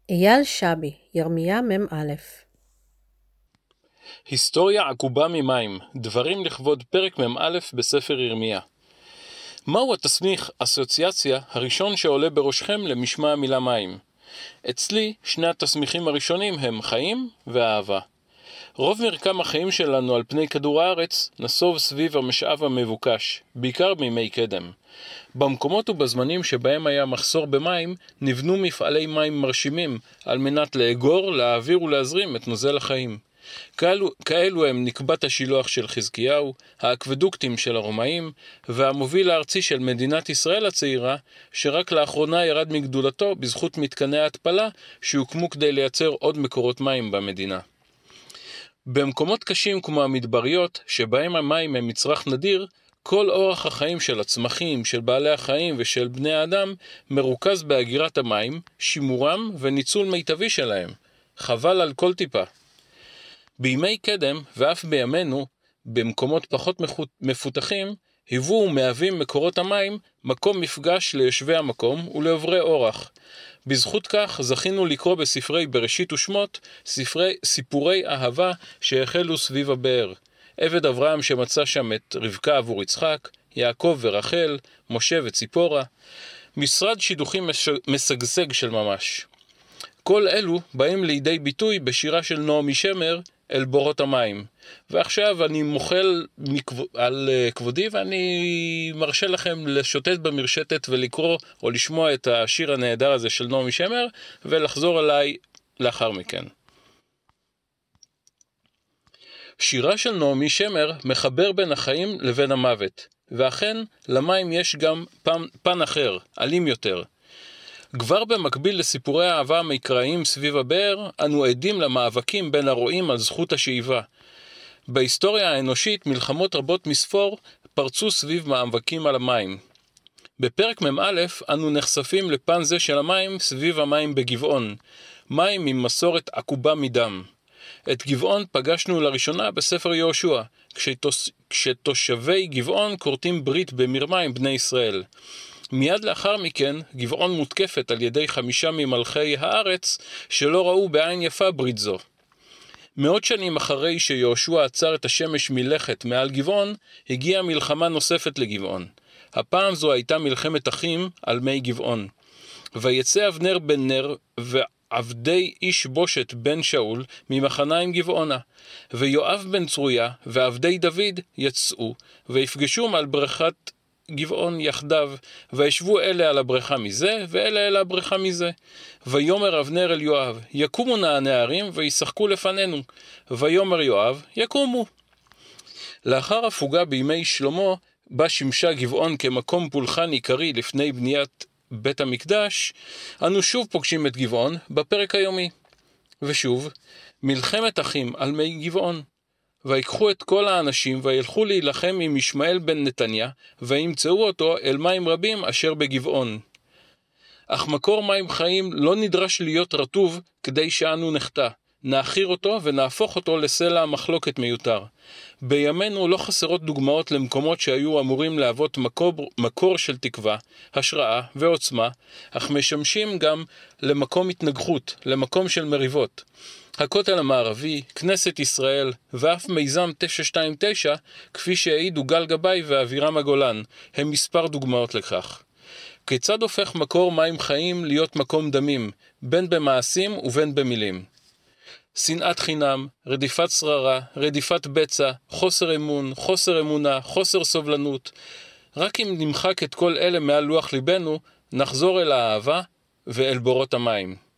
אייל שבי, ירמיה מ"א. היסטוריה עקובה ממים, דברים לכבוד פרק מ"א בספר ירמיה. מהו התסמיך אסוציאציה הראשון שעולה בראשכם למשמע המילה מים? אצלי שני התסמיכים הראשונים הם חיים ואהבה. רוב מרקם החיים שלנו על פני כדור הארץ נסוב סביב המשאב המבוקש, בעיקר בימי קדם. במקומות ובזמנים שבהם היה מחסור במים, נבנו מפעלי מים מרשימים על מנת לאגור, להעביר ולהזרים את נוזל החיים. כאלו הם נקבת השילוח של חזקיהו, האקוודוקטים של הרומאים, והמוביל הארצי של מדינת ישראל הצעירה, שרק לאחרונה ירד מגדולתו בזכות מתקני ההתפלה שהוקמו כדי לייצר עוד מקורות מים במדינה. במקומות קשים כמו המדבריות, שבהם המים הם מצרך נדיר, כל אורח החיים של הצמחים, של בעלי החיים ושל בני האדם מרוכז בהגירת המים, שימורם וניצול מיטבי שלהם. חבל על כל טיפה. בימי קדם ואף בימינו, במקומות פחות מפותחים, היוו ומהווים מקורות המים מקום מפגש ליושבי המקום ולעוברי אורח. בזכות כך זכינו לקרוא בספרי בראשית ושמות סיפורי אהבה שהחלו סביב הבאר. עבד אברהם שמצא שם את רבקה עבור יצחק, יעקב ורחל, משה וציפורה. משרד שידוכים משגשג של ממש. כל אלו באים לידי ביטוי בשירה של נעמי שמר, אל בורות המים. ועכשיו אני מוחל על כבודי ואני מרשה לכם לשוטט במרשתת ולקרוא או לשמוע את השיר הנהדר הזה של נעמי שמר ולחזור אליי לאחר מכן. שירה של נעמי שמר מחבר בין החיים לבין המוות, ואכן למים יש גם פן אחר, אלים יותר. כבר במקביל לסיפורי האהבה המקראיים סביב הבאר, אנו עדים למאבקים בין הרועים על זכות השאיבה. בהיסטוריה האנושית מלחמות רבות מספור פרצו סביב מאבקים על המים. בפרק מ"א אנו נחשפים לפן זה של המים סביב המים בגבעון, מים עם מסורת עקובה מדם. את גבעון פגשנו לראשונה בספר יהושע, כשתושבי גבעון כורתים ברית במרמה עם בני ישראל. מיד לאחר מכן, גבעון מותקפת על ידי 5 ממלכי הארץ שלא ראו בעין יפה ברית זו. מאות שנים אחרי שיהושע עצר את השמש מלכת מעל גבעון, הגיעה מלחמה נוספת לגבעון. הפעם זו הייתה מלחמת אחים על מי גבעון. ויצא אבנר בן נר ועבדי איש בושת בן שאול ממחניים גבעונה, ויואב בן צרויה ועבדי דוד יצאו ויפגשו מעל בריכת גבעון יחדיו, וישבו אלה על הבריכה מזה ואלה אל הבריכה מזה. ויאמר אבנר אל יואב, יקומו נא הנערים וישחקו לפנינו. ויאמר יואב, יקומו. לאחר הפוגה בימי שלמה, בה שימשה גבעון כמקום פולחן עיקרי לפני בניית בית המקדש, אנו שוב פוגשים את גבעון בפרק היומי. ושוב, מלחמת אחים על מי גבעון. ויקחו את כל האנשים וילכו להילחם עם ישמעאל בן נתניה, וימצאו אותו אל מים רבים אשר בגבעון. אך מקור מים חיים לא נדרש להיות רטוב כדי שאנו נחטא. נאחיר אותו ונהפוך אותו לסלע מחלוקת מיותר. בימינו לא חסרות דוגמאות למקומות שהיו אמורים להוות מקור של תקווה, השראה ועוצמה, אך משמשים גם למקום התנגחות, למקום של מריבות. הכותל המערבי, כנסת ישראל ואף מיזם 929, כפי שהעידו גל גבאי ואבירם הגולן, הם מספר דוגמאות לכך. כיצד הופך מקור מים חיים להיות מקום דמים, בין במעשים ובין במילים? שנאת חינם, רדיפת שררה, רדיפת בצע, חוסר אמון, חוסר אמונה, חוסר סובלנות. רק אם נמחק את כל אלה מעל לוח ליבנו, נחזור אל האהבה ואל בורות המים.